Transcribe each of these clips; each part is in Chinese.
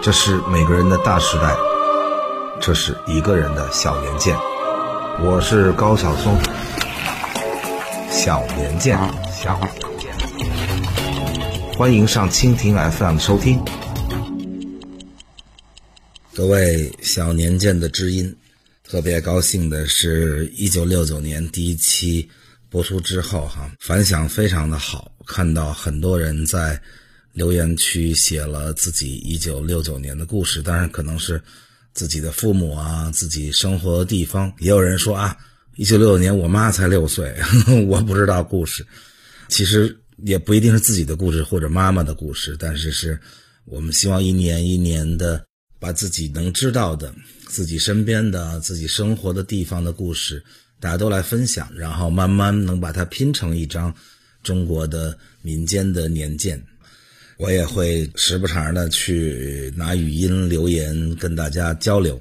这是每个人的大时代，这是一个人的小年鉴。我是高晓松，小年鉴，欢迎上蜻蜓 FM 收听。各位小年鉴的知音，特别高兴的是1969年第一期播出之后反响非常的好，看到很多人在留言区写了自己1969年的故事，当然可能是自己的父母自己生活的地方，也有人说1969年我妈才6岁我不知道故事，其实也不一定是自己的故事或者妈妈的故事，但是是我们希望一年一年的把自己能知道的、自己身边的、自己生活的地方的故事大家都来分享，然后慢慢能把它拼成一张中国的民间的年鉴。我也会时不常的去拿语音留言跟大家交流。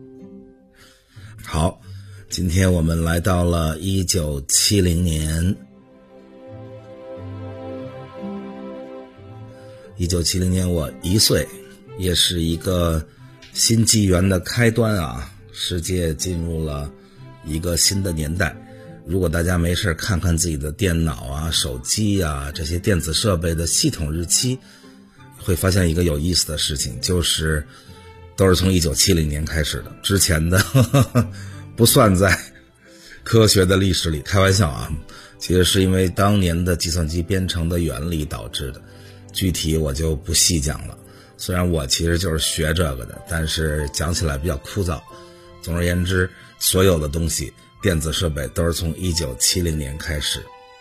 好，今天我们来到了1970年。1970年我1岁，也是一个新纪元的开端世界进入了一个新的年代。如果大家没事看看自己的电脑手机这些电子设备的系统日期，会发现一个有意思的事情，就是都是从1970年开始的，之前的不算在科学的历史里。开玩笑其实是因为当年的计算机编程的原理导致的，具体我就不细讲了，虽然我其实就是学这个的，但是讲起来比较枯燥。总而言之，所有的东西电子设备都是从1970年开始。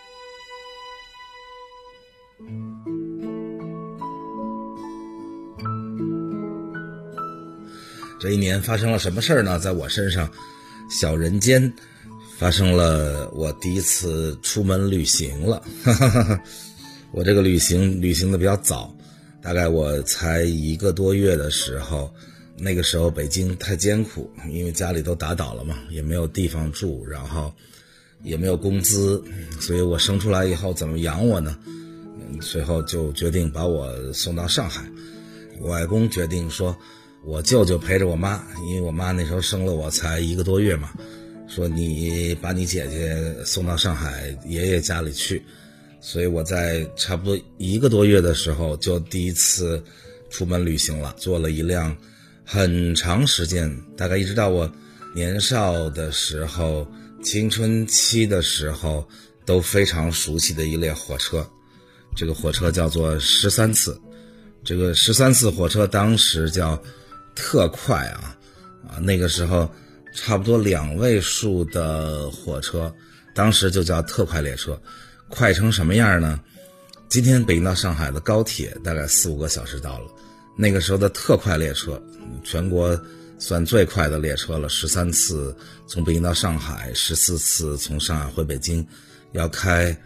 这一年发生了什么事呢？在我身上，小人间发生了我第一次出门旅行了我这个旅行的比较早，大概我才1个多月的时候，那个时候北京太艰苦，因为家里都打倒了嘛，也没有地方住，然后也没有工资，所以我生出来以后怎么养我呢？随后就决定把我送到上海。我外公决定说我舅舅陪着我妈，因为我妈那时候生了我才1个多月嘛，说你把你姐姐送到上海爷爷家里去。所以我在差不多1个多月的时候就第一次出门旅行了，坐了一辆很长时间，大概一直到我年少的时候、青春期的时候都非常熟悉的一列火车。这个火车叫做13次，这个13次火车当时叫特快那个时候差不多2位数的火车，当时就叫特快列车。快成什么样呢？今天北京到上海的高铁大概4-5个小时到了，那个时候的特快列车全国算最快的列车了，13次从北京到上海，14次从上海回北京，要开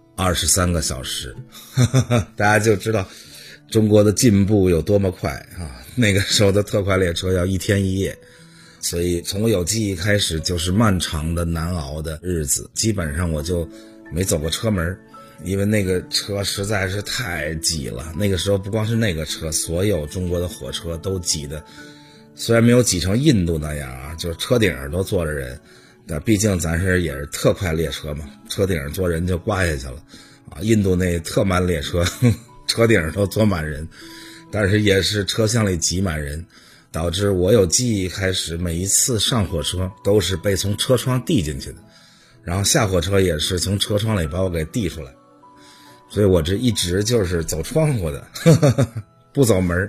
23个小时大家就知道中国的进步有多么快那个时候的特快列车要1天1夜，所以从我有记忆开始就是漫长的难熬的日子，基本上我就没走过车门，因为那个车实在是太挤了。那个时候不光是那个车，所有中国的火车都挤的，虽然没有挤成印度那样就是车顶上都坐着人，但毕竟咱也是特快列车嘛，车顶上坐人就刮下去了印度那特慢列车车顶上都坐满人，但是也是车厢里挤满人，导致我有记忆开始每一次上火车都是被从车窗递进去的，然后下火车也是从车窗里把我给递出来，所以我这一直就是走窗户的不走门。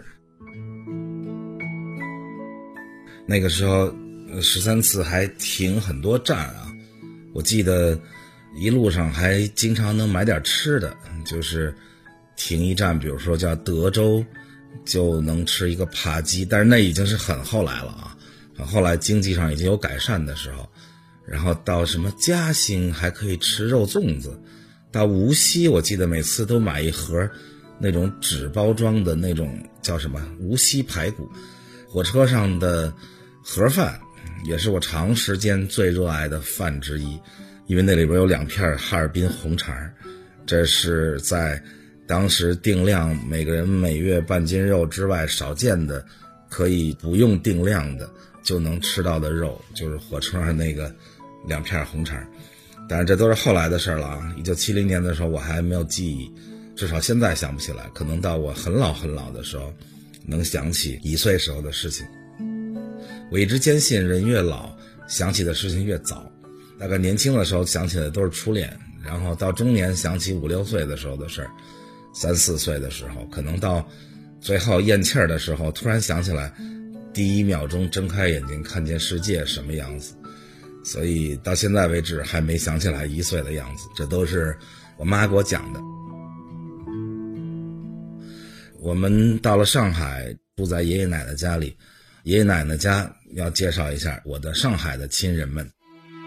那个时候13次还停很多站我记得一路上还经常能买点吃的，就是停一站比如说叫德州就能吃一个扒鸡，但是那已经是很后来了很后来经济上已经有改善的时候，然后到什么嘉兴还可以吃肉粽子，到无锡我记得每次都买一盒那种纸包装的那种叫什么无锡排骨。火车上的盒饭也是我长时间最热爱的饭之一，因为那里边有2片哈尔滨红肠，这是在当时定量每个人每月半斤肉之外少见的可以不用定量的就能吃到的肉，就是火车上那个2片红肠。但是这都是后来的事了啊！1970年的时候我还没有记忆，至少现在想不起来，可能到我很老很老的时候能想起1岁时候的事情。我一直坚信人越老想起的事情越早，大概年轻的时候想起的都是初恋，然后到中年想起5、6岁的时候的事儿，3、4岁的时候，可能到最后咽气儿的时候突然想起来第1秒钟睁开眼睛看见世界什么样子。所以到现在为止还没想起来1岁的样子，这都是我妈给我讲的。我们到了上海，住在爷爷奶奶家里，爷爷奶奶家要介绍一下我的上海的亲人们。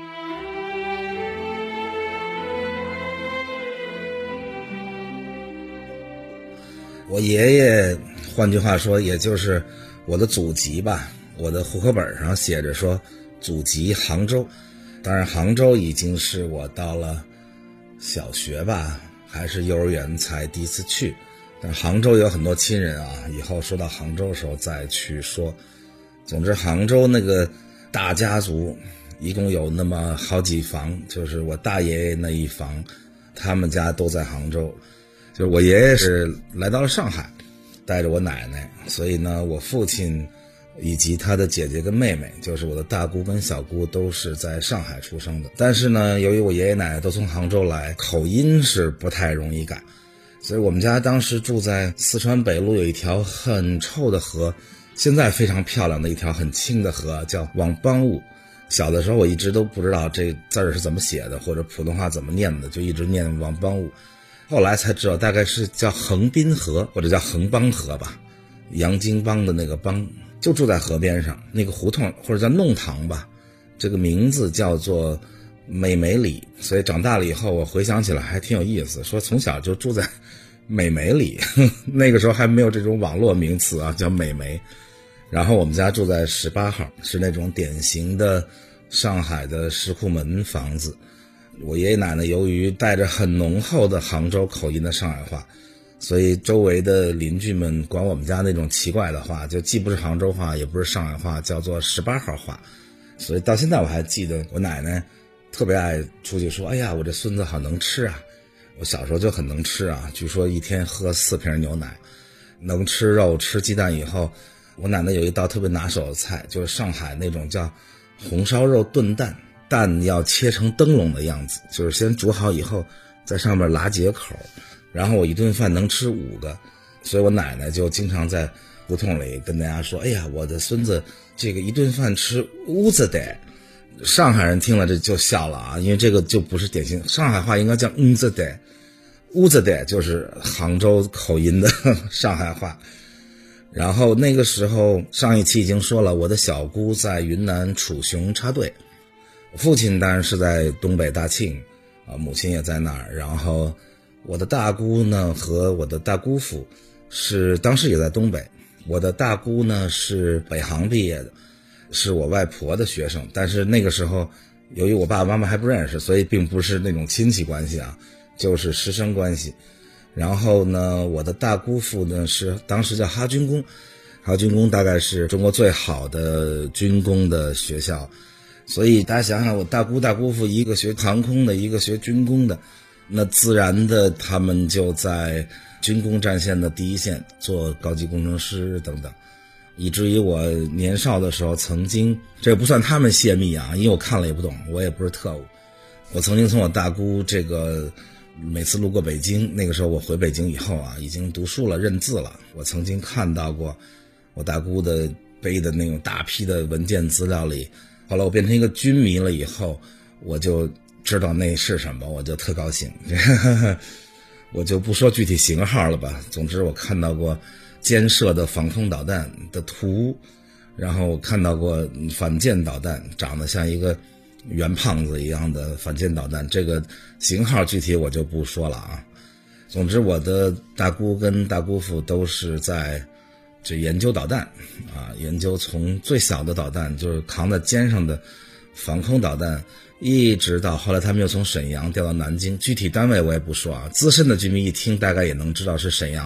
我爷爷换句话说也就是我的祖籍吧，我的户口本上写着说祖籍杭州，当然杭州已经是我到了小学吧还是幼儿园才第一次去，但杭州有很多亲人啊，以后说到杭州的时候再去说。总之杭州那个大家族一共有那么好几房，就是我大爷爷那一房他们家都在杭州。就是我爷爷是来到了上海带着我奶奶，所以呢我父亲以及他的姐姐跟妹妹，就是我的大姑跟小姑都是在上海出生的。但是呢由于我爷爷奶奶都从杭州来，口音是不太容易改，所以我们家当时住在四川北路有一条很臭的河，现在非常漂亮的一条很清的河叫王邦务。小的时候我一直都不知道这字儿是怎么写的，或者普通话怎么念的，就一直念王邦务。后来才知道大概是叫横滨河或者叫横邦河吧，洋泾浜的那个邦，就住在河边上那个胡同，或者叫弄堂吧，这个名字叫做美美里。所以长大了以后我回想起来还挺有意思，说从小就住在美美里那个时候还没有这种网络名词啊，叫美美。然后我们家住在18号，是那种典型的上海的石库门房子。我爷爷奶奶由于带着很浓厚的杭州口音的上海话，所以周围的邻居们管我们家那种奇怪的话，就既不是杭州话也不是上海话，叫做18号话。所以到现在我还记得我奶奶特别爱出去说，哎呀我这孙子好能吃啊。我小时候就很能吃啊，据说一天喝4瓶牛奶，能吃肉吃鸡蛋。以后我奶奶有一道特别拿手的菜，就是上海那种叫红烧肉炖蛋，蛋要切成灯笼的样子，就是先煮好以后在上面拉结口，然后我一顿饭能吃5个。所以我奶奶就经常在胡同里跟大家说，哎呀我的孙子这个一顿饭吃5子的。上海人听了这就笑了啊，因为这个就不是典型上海话，应该叫子的。子的就是杭州口音的上海话。然后那个时候上一期已经说了，我的小姑在云南楚雄插队，我父亲当然是在东北大庆啊，母亲也在那儿。然后我的大姑呢和我的大姑父是当时也在东北，我的大姑呢是北航毕业的，是我外婆的学生，但是那个时候由于我爸爸妈妈还不认识，所以并不是那种亲戚关系啊，就是师生关系。然后呢我的大姑父呢是当时叫哈军工，哈军工大概是中国最好的军工的学校。所以大家想想，我大姑大姑父一个学航空的，一个学军工的，那自然的他们就在军工战线的第一线做高级工程师等等。以至于我年少的时候曾经，这不算他们泄密啊，因为我看了也不懂，我也不是特务。我曾经从我大姑这个每次路过北京，那个时候我回北京以后啊，已经读书了认字了，我曾经看到过我大姑的背的那种大批的文件资料里。后来我变成一个军迷了以后，我就知道那是什么，我就特高兴我就不说具体型号了吧，总之我看到过肩射的防空导弹的图，然后我看到过反舰导弹，长得像一个圆胖子一样的反舰导弹，这个型号具体我就不说了啊。总之我的大姑跟大姑父都是在这研究导弹啊，研究从最小的导弹，就是扛在肩上的防空导弹，一直到后来他们又从沈阳调到南京，具体单位我也不说啊，资深的居民一听大概也能知道是沈阳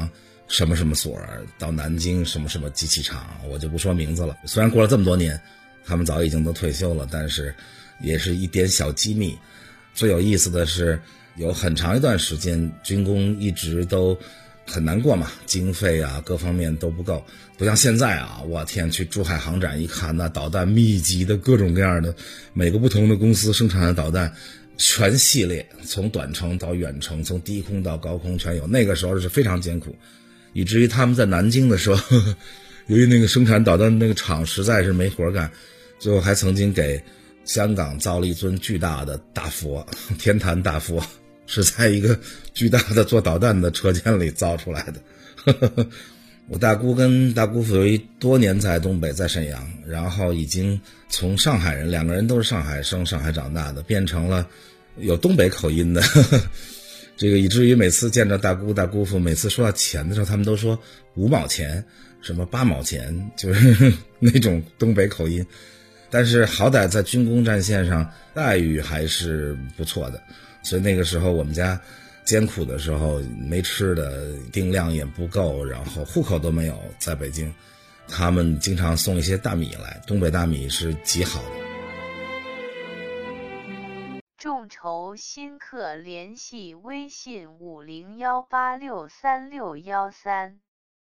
什么什么所，到南京什么什么机器厂，我就不说名字了。虽然过了这么多年，他们早已经都退休了，但是也是一点小机密。最有意思的是，有很长一段时间军工一直都很难过嘛，经费啊各方面都不够，不像现在啊，我天，去珠海航展一看，那导弹密集的各种各样的，每个不同的公司生产的导弹全系列，从短程到远程，从低空到高空全有。那个时候是非常艰苦，以至于他们在南京的时候由于那个生产导弹那个厂实在是没活干，最后还曾经给香港造了一尊巨大的大佛，天坛大佛，是在一个巨大的做导弹的车间里造出来的。我大姑跟大姑父由于多年在东北，在沈阳，然后已经从上海人，两个人都是上海生、上海长大的，变成了有东北口音的。这个以至于每次见着大姑大姑父，每次说到钱的时候，他们都说5毛钱，什么8毛钱，就是那种东北口音。但是好歹在军工战线上待遇还是不错的，所以那个时候我们家艰苦的时候没吃的，定量也不够，然后户口都没有，在北京他们经常送一些大米来，东北大米是极好的。 众筹新客联系微信5018636613。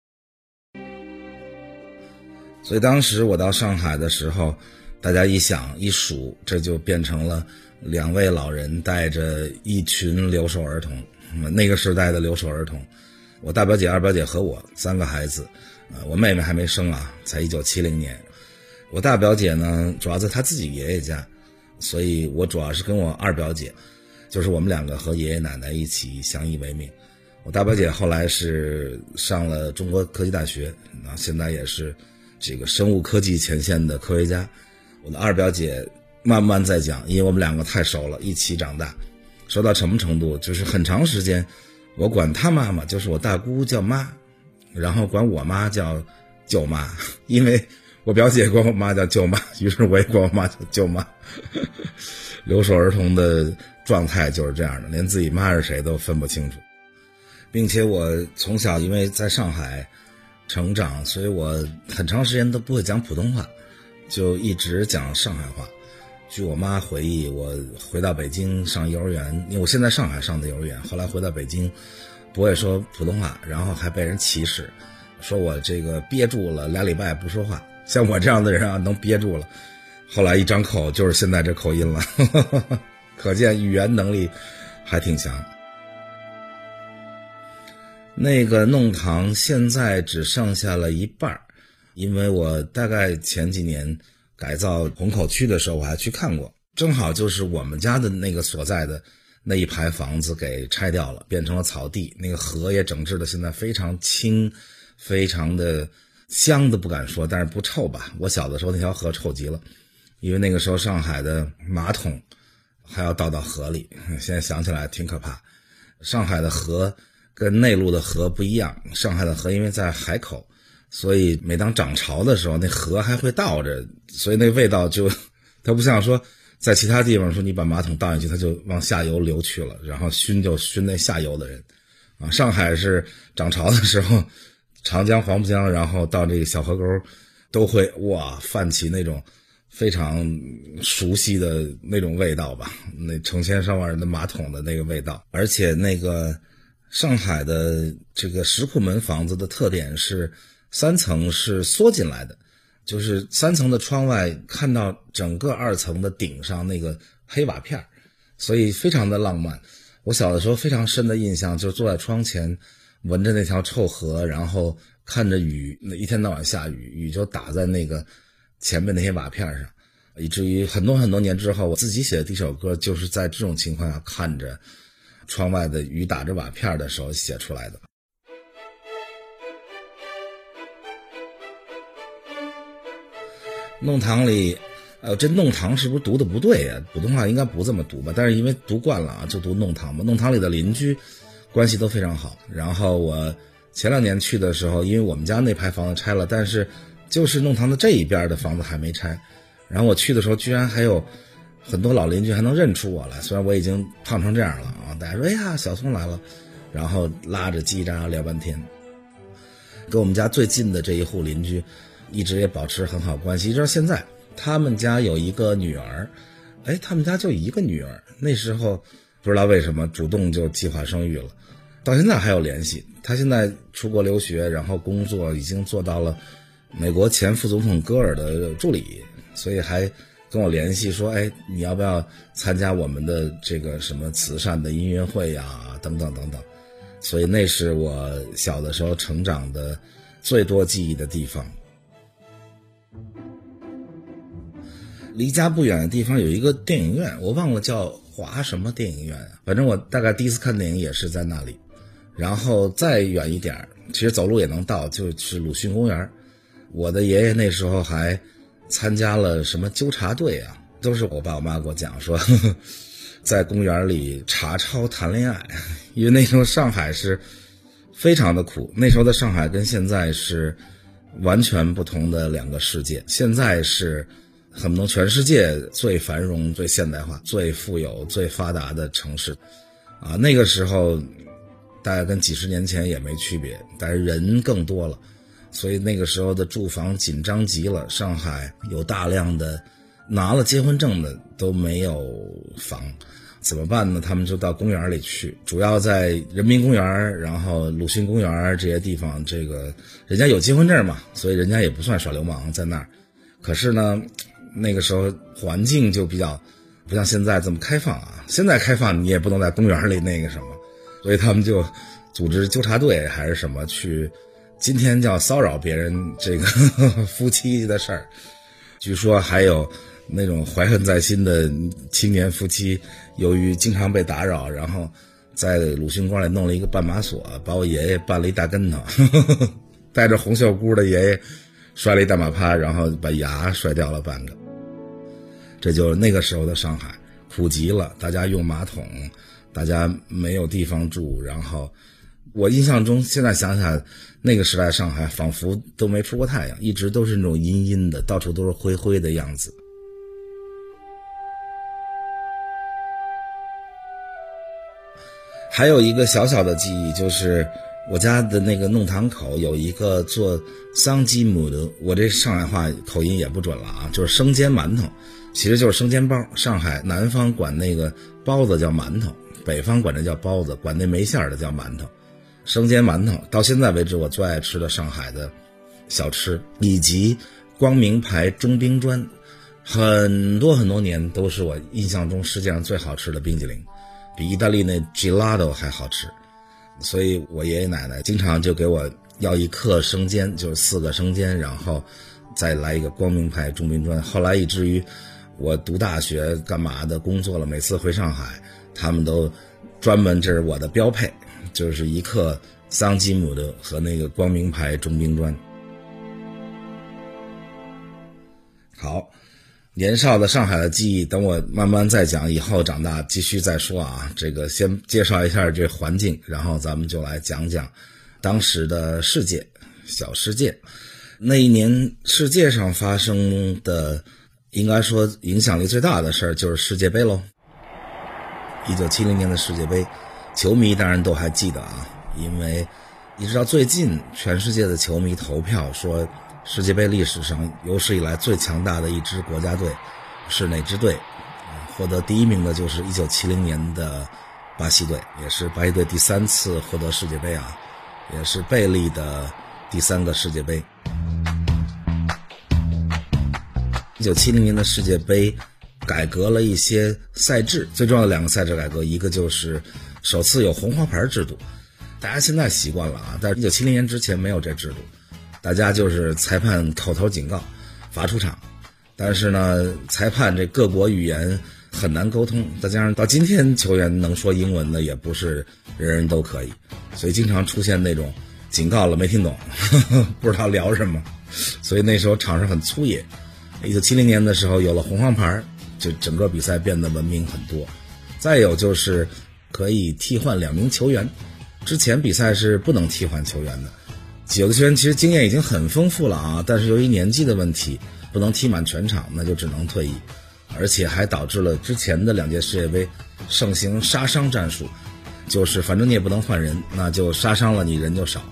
所以当时我到上海的时候，大家一想一数，这就变成了2位老人带着一群留守儿童，那个时代的留守儿童，我大表姐、二表姐和我3个孩子，我妹妹还没生啊，才1970年。我大表姐呢，主要在她自己爷爷家，所以我主要是跟我二表姐，就是我们2个和爷爷奶奶一起相依为命。我大表姐后来是上了中国科技大学，现在也是这个生物科技前线的科学家。我的二表姐慢慢在讲，因为我们2个太熟了，一起长大，熟到什么程度，就是很长时间我管她妈妈，就是我大姑叫妈，然后管我妈叫舅妈，因为我表姐管我妈叫舅妈，于是我也管我妈叫舅妈。留守儿童的状态就是这样的，连自己妈是谁都分不清楚。并且我从小因为在上海成长，所以我很长时间都不会讲普通话，就一直讲上海话。据我妈回忆，我回到北京上幼儿园，因为我现在上海上的幼儿园，后来回到北京不会说普通话，然后还被人歧视，说我这个憋住了2礼拜不说话，像我这样的人啊能憋住了，后来一张口就是现在这口音了。可见语言能力还挺强。那个弄堂现在只剩下了一半，因为我大概前几年改造虹口区的时候我还去看过，正好就是我们家的那个所在的那一排房子给拆掉了，变成了草地，那个河也整治的现在非常清，非常的香的不敢说，但是不臭吧，我小的时候那条河臭极了，因为那个时候上海的马桶还要倒到河里，现在想起来挺可怕。上海的河跟内陆的河不一样，上海的河因为在海口，所以每当涨潮的时候那河还会倒着，所以那味道就它不像说在其他地方说你把马桶倒进去它就往下游流去了，然后熏就熏那下游的人啊。上海是涨潮的时候，长江黄浦江然后到这个小河沟都会泛起那种非常熟悉的那种味道吧，那成千上万人的马桶的那个味道。而且那个上海的这个石库门房子的特点是3层是缩进来的，就是3层的窗外看到整个2层的顶上那个黑瓦片，所以非常的浪漫。我小的时候非常深的印象就是坐在窗前闻着那条臭河，然后看着雨，那一天到晚下雨，雨就打在那个前面那些瓦片上，以至于很多很多年之后我自己写的第一首歌就是在这种情况下看着窗外的雨打着瓦片的时候写出来的。弄堂里这弄堂是不是读的不对啊？普通话应该不这么读吧，但是因为读惯了啊，就读弄堂嘛。弄堂里的邻居关系都非常好，然后我前2年去的时候，因为我们家那排房子拆了，但是就是弄堂的这一边的房子还没拆，然后我去的时候居然还有很多老邻居还能认出我来，虽然我已经胖成这样了啊，大家说哎呀小松来了，然后拉着叽喳聊半天。 跟我们家最近的这一户邻居一直也保持很好关系，一直到现在。他们家有一个女儿，他们家就一个女儿，那时候不知道为什么主动就计划生育了，到现在还有联系。他现在出国留学，然后工作已经做到了美国前副总统戈尔的助理，所以还跟我联系说，你要不要参加我们的这个什么慈善的音乐会呀，等等等等。所以那是我小的时候成长的最多记忆的地方。离家不远的地方有一个电影院，我忘了叫华什么电影院啊，反正我大概第一次看电影也是在那里。然后再远一点，其实走路也能到，就是鲁迅公园。我的爷爷那时候还参加了什么纠察队啊，都是我爸我妈给我讲说在公园里查抄谈恋爱。因为那时候上海是非常的苦，那时候的上海跟现在是完全不同的两个世界。现在是恨不能全世界最繁荣、最现代化、最富有、最发达的城市啊！那个时候大概跟几十年前也没区别，但是人更多了，所以那个时候的住房紧张极了。上海有大量的拿了结婚证的都没有房，怎么办呢？他们就到公园里去，主要在人民公园，然后鲁迅公园这些地方，这个人家有结婚证嘛，所以人家也不算耍流氓在那儿。可是呢，那个时候环境就比较不像现在这么开放啊，现在开放你也不能在公园里那个什么，所以他们就组织纠察队还是什么去，今天叫骚扰别人这个夫妻的事儿。据说还有那种怀恨在心的青年夫妻，由于经常被打扰，然后在鲁迅馆里弄了一个绊马索，把我爷爷绊了一大跟头带着红袖箍的爷爷摔了一大马趴，然后把牙摔掉了半个。这就是那个时候的上海，苦极了，大家用马桶，大家没有地方住。然后我印象中，现在想想那个时代上海仿佛都没出过太阳，一直都是那种阴阴的，到处都是灰灰的样子。还有一个小小的记忆，就是我家的那个弄堂口有一个做桑基姆的，我这上海话口音也不准了啊，就是生煎馒头，其实就是生煎包。上海南方管那个包子叫馒头，北方管这叫包子，管那没馅的叫馒头。生煎馒头到现在为止我最爱吃的上海的小吃，以及光明牌中冰砖，很多很多年都是我印象中世界上最好吃的冰激凌，比意大利那 gelato 还好吃。所以我爷爷奶奶经常就给我要一克生煎，就是4个生煎，然后再来一个光明牌中冰砖。后来以至于我读大学干嘛的工作了，每次回上海他们都专门，这是我的标配，就是一克桑基姆的和那个光明牌中冰砖。好，年少的上海的记忆等我慢慢再讲，以后长大继续再说啊。这个先介绍一下这环境，然后咱们就来讲讲当时的世界，小世界。那一年世界上发生的应该说影响力最大的事儿就是世界杯咯。1970年的世界杯，球迷当然都还记得啊，因为一直到最近全世界的球迷投票说世界杯历史上有史以来最强大的一支国家队是哪支队，获得第一名的就是1970年的巴西队，也是巴西队第3次获得世界杯啊，也是贝利的第3个世界杯。1970年的世界杯改革了一些赛制，最重要的2个赛制改革，一个就是首次有红黄牌制度，大家现在习惯了啊，但是1970年之前没有这制度，大家就是裁判口头警告罚出场，但是呢裁判这各国语言很难沟通，再加上到今天球员能说英文的也不是人人都可以，所以经常出现那种警告了没听懂不知道聊什么，所以那时候场上很粗野。1970年的时候有了红黄牌，就整个比赛变得文明很多。再有就是可以替换2名球员，之前比赛是不能替换球员的，有的球员其实经验已经很丰富了啊，但是由于年纪的问题不能踢满全场，那就只能退役，而且还导致了之前的2届世界杯盛行杀伤战术，就是反正你也不能换人，那就杀伤了你人就少，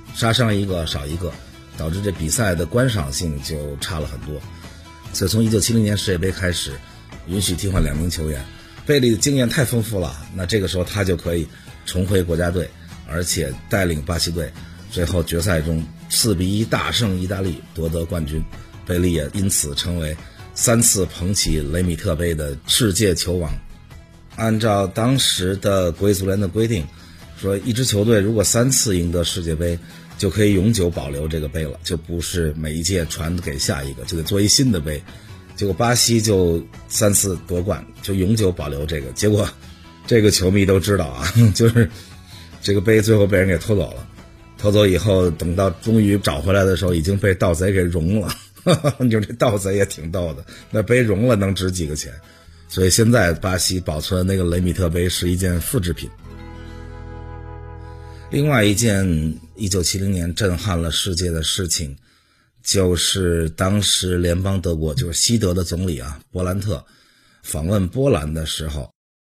杀伤一个少一个，导致这比赛的观赏性就差了很多。所以从1970年世界杯开始，允许替换2名球员，贝利的经验太丰富了，那这个时候他就可以重回国家队，而且带领巴西队最后决赛中4-1大胜意大利夺得冠军。贝利也因此成为3次捧起雷米特杯的世界球王。按照当时的国际足联的规定，说一支球队如果3次赢得世界杯，就可以永久保留这个杯了，就不是每一届传给下一个，就得做一新的杯。结果巴西就3次夺冠，就永久保留这个。结果这个球迷都知道啊，就是这个杯最后被人给偷走了。偷走以后，等到终于找回来的时候，已经被盗贼给融了。你说这盗贼也挺逗的，那杯融了能值几个钱？所以现在巴西保存那个雷米特杯是一件复制品。另外一件1970年震撼了世界的事情，就是当时联邦德国，就是西德的总理啊，勃兰特访问波兰的时候，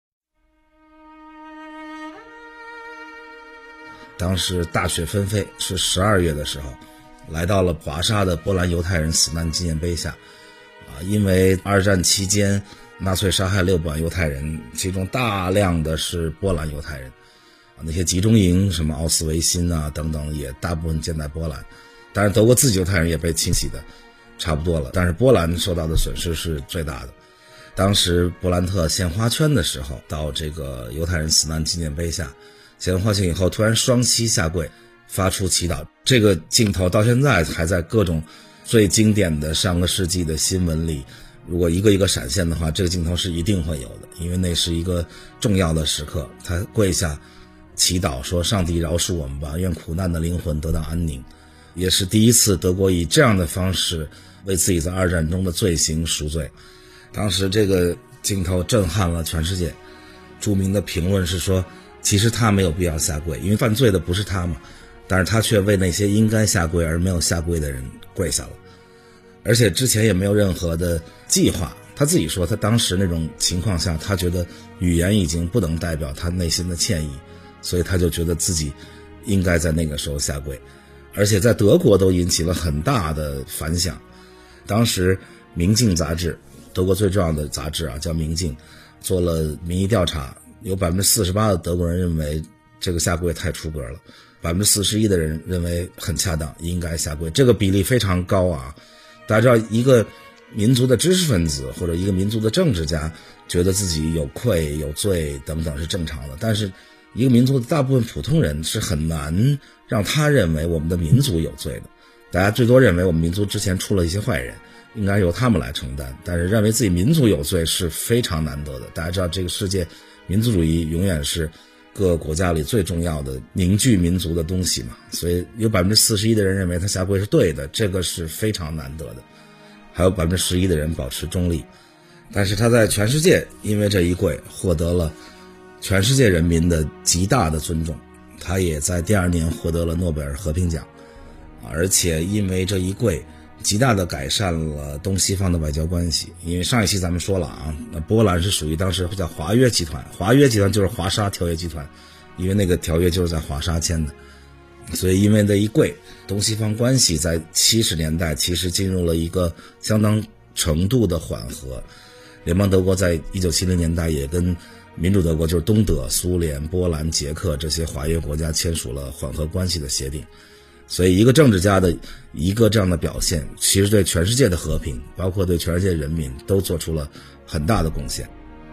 当时大雪纷飞，是12月的时候，来到了华沙的波兰犹太人死难纪念碑下。因为二战期间纳粹杀害6万犹太人，其中大量的是波兰犹太人。那些集中营什么奥斯维辛啊等等也大部分建在波兰，当然德国自己犹太人也被清洗的差不多了，但是波兰受到的损失是最大的。当时勃兰特献花圈的时候，到这个犹太人死难纪念碑下献完花圈以后，突然双膝下跪发出祈祷，这个镜头到现在还在各种最经典的上个世纪的新闻里，如果一个一个闪现的话，这个镜头是一定会有的，因为那是一个重要的时刻。他跪下祈祷说，上帝饶恕我们吧，愿苦难的灵魂得到安宁。也是第一次德国以这样的方式为自己在二战中的罪行赎罪。当时这个镜头震撼了全世界，著名的评论是说，其实他没有必要下跪，因为犯罪的不是他嘛，但是他却为那些应该下跪而没有下跪的人跪下了。而且之前也没有任何的计划，他自己说他当时那种情况下，他觉得语言已经不能代表他内心的歉意，所以他就觉得自己应该在那个时候下跪。而且在德国都引起了很大的反响。当时《明镜》杂志，德国最重要的杂志啊，叫《明镜》，做了民意调查，有 48% 的德国人认为这个下跪太出格了， 41% 的人认为很恰当，应该下跪。这个比例非常高啊！大家知道，一个民族的知识分子或者一个民族的政治家觉得自己有愧有罪等等是正常的，但是一个民族的大部分普通人是很难让他认为我们的民族有罪的。大家最多认为我们民族之前出了一些坏人，应该由他们来承担，但是认为自己民族有罪是非常难得的。大家知道，这个世界民族主义永远是各个国家里最重要的凝聚民族的东西嘛，所以有 41% 的人认为他下跪是对的，这个是非常难得的。还有 11% 的人保持中立，但是他在全世界因为这一跪获得了全世界人民的极大的尊重，他也在第2年获得了诺贝尔和平奖。而且因为这一跪极大的改善了东西方的外交关系。因为上一期咱们说了啊，波兰是属于当时叫华约集团，华约集团就是华沙条约集团，因为那个条约就是在华沙签的，所以因为这一跪，东西方关系在70年代其实进入了一个相当程度的缓和。联邦德国在1970年代也跟民主德国，就是东德、苏联、波兰、捷克这些华约国家签署了缓和关系的协定。所以一个政治家的一个这样的表现，其实对全世界的和平，包括对全世界人民都做出了很大的贡献。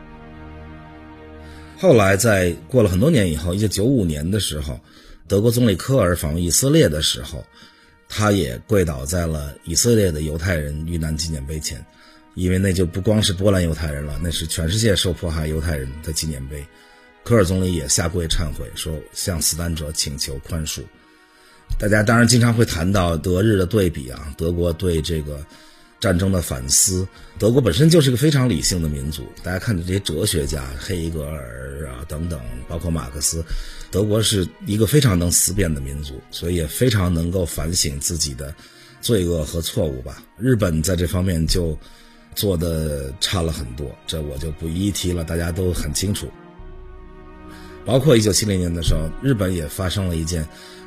后来在过了很多年以后，1995年的时候，德国总理科尔访问以色列的时候，他也跪倒在了以色列的犹太人遇难纪念碑前，因为那就不光是波兰犹太人了，那是全世界受迫害犹太人的纪念碑。科尔总理也下跪忏悔，说向死难者请求宽恕。大家当然经常会谈到德日的对比啊，德国对这个战争的反思。德国本身就是个非常理性的民族，大家看这些哲学家黑格尔啊等等，包括马克思，德国是一个非常能思辨的民族，所以也非常能够反省自己的罪恶和错误吧。日本在这方面就做的差了很多，这我就不一一提了，大家都很清楚。包括1970年的时候，日本也发生了一件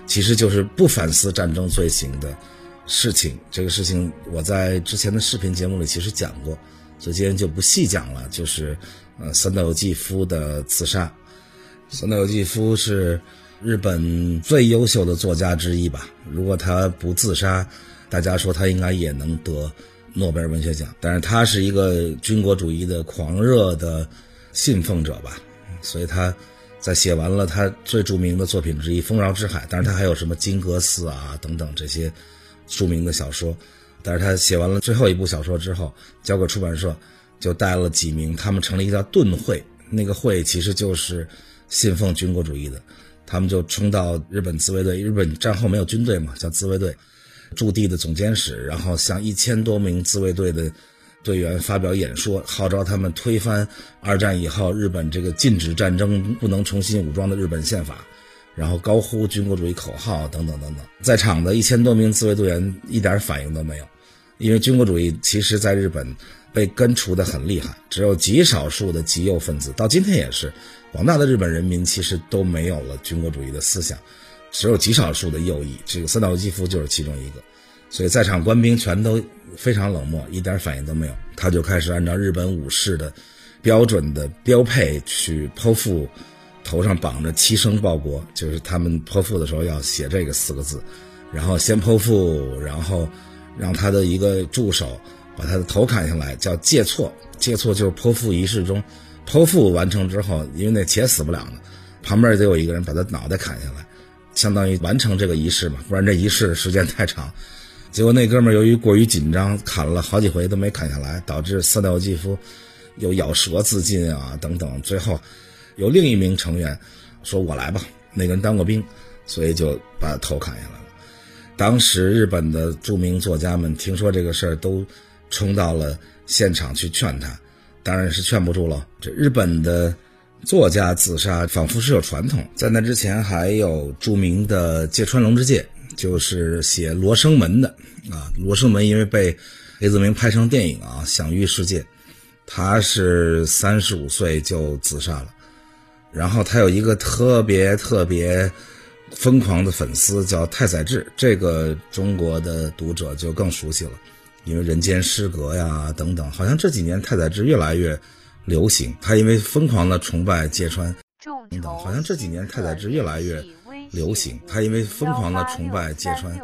其实就是不反思战争罪行的事情。这个事情我在之前的视频节目里其实讲过，所以今天就不细讲了。就是三岛由纪夫的自杀。三岛由纪夫是日本最优秀的作家之一吧，如果他不自杀，大家说他应该也能得诺贝尔文学奖。但是他是一个军国主义的狂热的信奉者吧，所以他在写完了他最著名的作品之一《丰饶之海》，当然他还有什么《金阁寺》啊等等这些著名的小说，但是他写完了最后一部小说之后，交给出版社，就带了几名，他们成立一个叫盾会，那个会其实就是信奉军国主义的，他们就冲到日本自卫队，日本战后没有军队嘛，叫自卫队驻地的总监室，然后向1000多名自卫队的队员发表演说，号召他们推翻二战以后日本这个禁止战争不能重新武装的日本宪法，然后高呼军国主义口号等等等等。在场的1000多名自卫队员一点反应都没有，因为军国主义其实在日本被根除得很厉害，只有极少数的极右分子，到今天也是，广大的日本人民其实都没有了军国主义的思想，只有极少数的右翼，这个三岛由纪夫就是其中一个。所以在场官兵全都非常冷漠，一点反应都没有。他就开始按照日本武士的标准的标配去剖腹，头上绑着七声报国，就是他们剖腹的时候要写这个4个字，然后先剖腹，然后让他的一个助手把他的头砍下来，叫介错。介错就是剖腹仪式中，剖腹完成之后，因为那且死不了呢，旁边得有一个人把他脑袋砍下来，相当于完成这个仪式嘛，不然这仪式时间太长。结果那哥们儿由于过于紧张，砍了好几回都没砍下来，导致三岛由纪夫又咬舌自尽啊等等。最后有另一名成员说我来吧，那个人当过兵，所以就把头砍下来了。当时日本的著名作家们听说这个事儿都冲到了现场去劝他，当然是劝不住了。这日本的作家自杀仿佛是有传统，在那之前还有著名的芥川龙之介，就是写罗生门的啊，罗生门因为被黑泽明拍成电影啊，享誉世界。他是35岁就自杀了，然后他有一个特别疯狂的粉丝叫太宰治，这个中国的读者就更熟悉了，因为人间失格呀等等，好像这几年太宰治越来越流行。他因为疯狂的崇拜芥川等等，好像这几年太宰治越来越流行。他因为疯狂的崇拜芥川，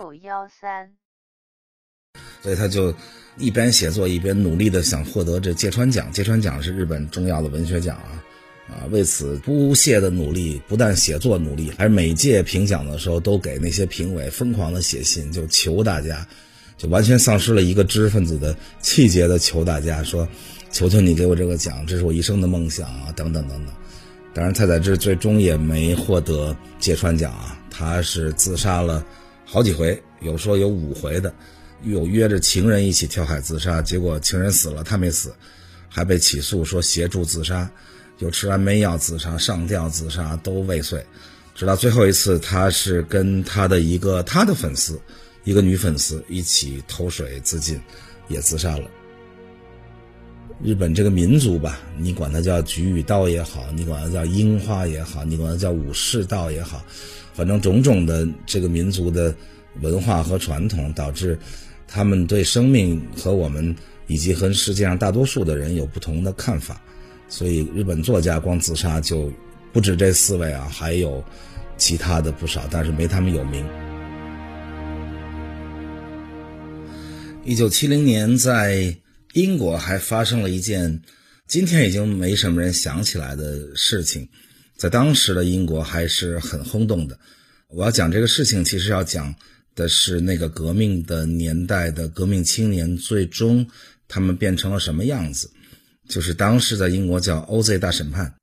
所以他就一边写作一边努力的想获得这芥川奖。芥川奖是日本重要的文学奖啊，为此不懈的努力，不但写作努力，还是每届评奖的时候都给那些评委疯狂的写信，就求大家，就完全丧失了一个知识分子的气节的求大家说，求求你给我这个奖，这是我一生的梦想啊等等等等。当然太宰治最终也没获得芥川奖啊，他是自杀了好几回，有说有5回的，有约着情人一起跳海自杀，结果情人死了他没死，还被起诉说协助自杀，有吃安眠药自杀，上吊自杀都未遂。直到最后一次他是跟他的粉丝，一个女粉丝一起投水自尽，也自杀了。日本这个民族吧，你管它叫菊与道也好，你管它叫樱花也好，你管它叫武士道也好，反正种种的这个民族的文化和传统，导致他们对生命和我们以及和世界上大多数的人有不同的看法。所以日本作家光自杀就不止这4位啊，还有其他的不少，但是没他们有名。1970年在英国还发生了一件今天已经没什么人想起来的事情，在当时的英国还是很轰动的。我要讲这个事情，其实要讲的是那个革命的年代的革命青年最终他们变成了什么样子，就是当时在英国叫 OZ 大审判。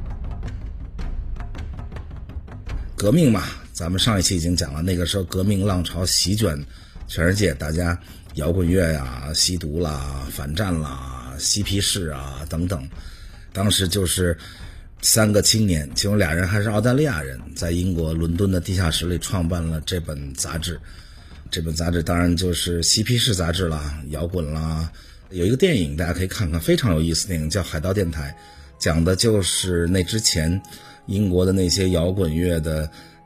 革命嘛，咱们上一期已经讲了，那个时候革命浪潮席卷全世界，大家摇滚乐呀、吸毒啦、反战啦、嬉皮士啊等等。当时就是3个青年，其中2人还是澳大利亚人，在英国伦敦的地下室里创办了这本杂志。这本杂志当然就是嬉皮士杂志啦、摇滚啦。有一个电影大家可以看看，非常有意思，电影叫《海盗电台》，讲的就是那之前英国的那些摇滚乐的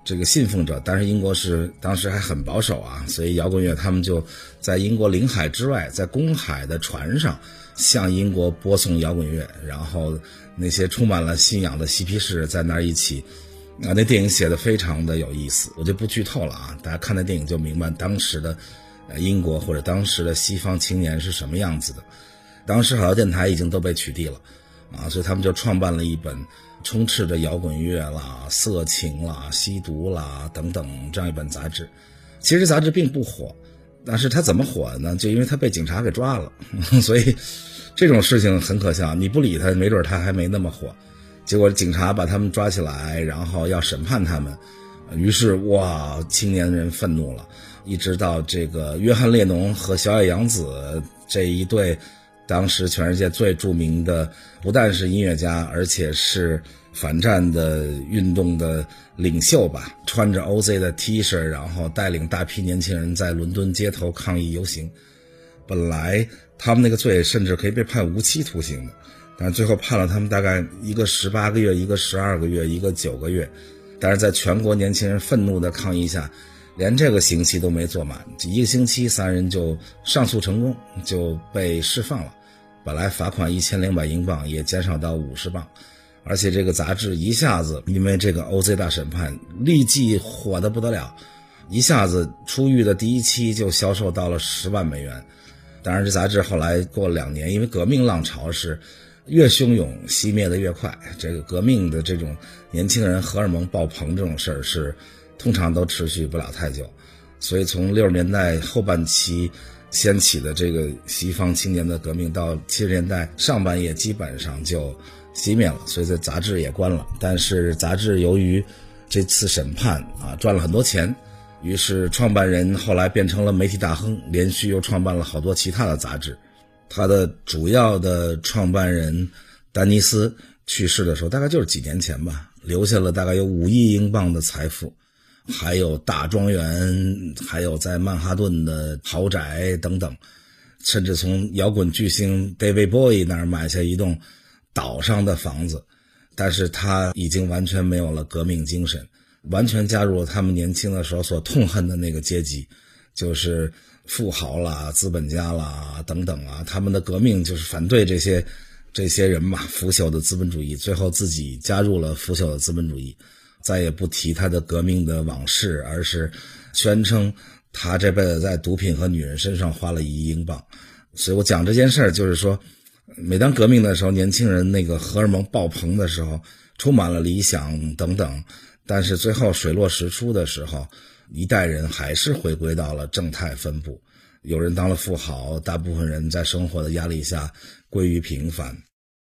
这个信奉者，但是英国是当时还很保守啊，所以摇滚乐他们就在英国领海之外，在公海的船上向英国播送摇滚乐，然后那些充满了信仰的嬉皮士在那儿一起那电影写得非常的有意思，我就不剧透了啊，大家看那电影就明白当时的英国或者当时的西方青年是什么样子的。当时好多电台已经都被取缔了啊，所以他们就创办了一本充斥着摇滚乐啦、色情啦、吸毒啦等等这样一本杂志。其实杂志并不火，但是它怎么火呢？就因为它被警察给抓了所以这种事情很可笑，你不理他，没准他还没那么火。结果警察把他们抓起来，然后要审判他们，于是哇，青年人愤怒了，一直到这个约翰列侬和小野洋子这一对当时全世界最著名的不但是音乐家，而且是反战的运动的领袖吧，穿着 OZ 的 T 恤，然后带领大批年轻人在伦敦街头抗议游行。本来他们那个罪甚至可以被判无期徒刑的，但是最后判了他们大概一个18个月，一个12个月，一个9个月。但是在全国年轻人愤怒的抗议下，连这个刑期都没做满，一个星期3人就上诉成功，就被释放了。本来罚款1200英镑也减少到50镑，而且这个杂志一下子因为这个 OZ 大审判立即火得不得了，一下子出狱的第一期就销售到了10万美元。当然这杂志后来过了2年，因为革命浪潮是越汹涌熄灭的越快，这个革命的这种年轻人荷尔蒙爆棚这种事儿是通常都持续不了太久，所以从60年代后半期掀起的这个西方青年的革命到70年代上半叶基本上就熄灭了，所以这杂志也关了。但是杂志由于这次审判啊赚了很多钱，于是创办人后来变成了媒体大亨，连续又创办了好多其他的杂志。他的主要的创办人丹尼斯去世的时候大概就是几年前吧，留下了大概有5亿英镑的财富，还有大庄园，还有在曼哈顿的豪宅等等，甚至从摇滚巨星 David Bowie 那儿买下一栋岛上的房子。但是他已经完全没有了革命精神，完全加入了他们年轻的时候所痛恨的那个阶级，就是富豪啦、资本家啦等等啊，他们的革命就是反对这些人嘛，腐朽的资本主义，最后自己加入了腐朽的资本主义，再也不提他的革命的往事，而是宣称他这辈子在毒品和女人身上花了1亿英镑。所以我讲这件事儿就是说，每当革命的时候，年轻人那个荷尔蒙爆棚的时候，充满了理想等等，但是最后水落石出的时候，一代人还是回归到了正态分布，有人当了富豪，大部分人在生活的压力下归于平凡。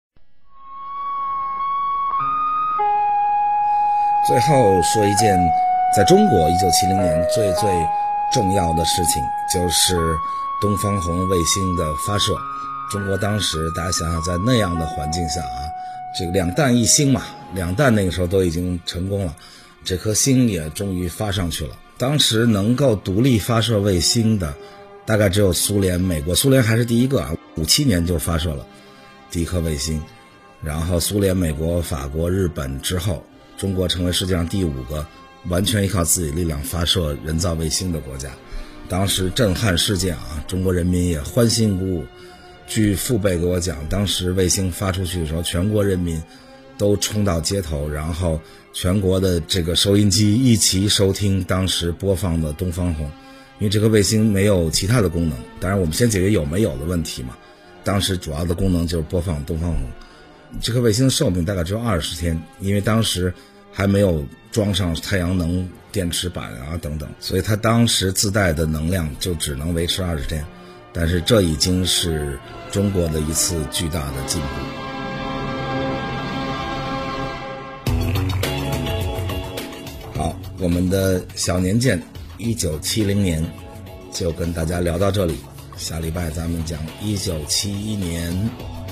最后说一件在中国1970年最重要的事情，就是东方红卫星的发射。中国当时大家想想，在那样的环境下啊，这个2弹1星嘛，2弹那个时候都已经成功了，这颗星也终于发上去了。当时能够独立发射卫星的大概只有苏联、美国，苏联还是第一个啊，57年就发射了第一颗卫星，然后苏联、美国、法国、日本之后，中国成为世界上第5个完全依靠自己力量发射人造卫星的国家。当时震撼世界啊，中国人民也欢欣鼓舞。据父辈给我讲，当时卫星发出去的时候，全国人民都冲到街头，然后全国的这个收音机一起收听当时播放的东方红。因为这个卫星没有其他的功能，当然我们先解决有没有的问题嘛。当时主要的功能就是播放东方红。这颗卫星的寿命大概只有20天，因为当时还没有装上太阳能电池板啊等等，所以它当时自带的能量就只能维持20天。但是这已经是中国的一次巨大的进步。好，我们的小年鉴1970年就跟大家聊到这里，下礼拜咱们讲1971年。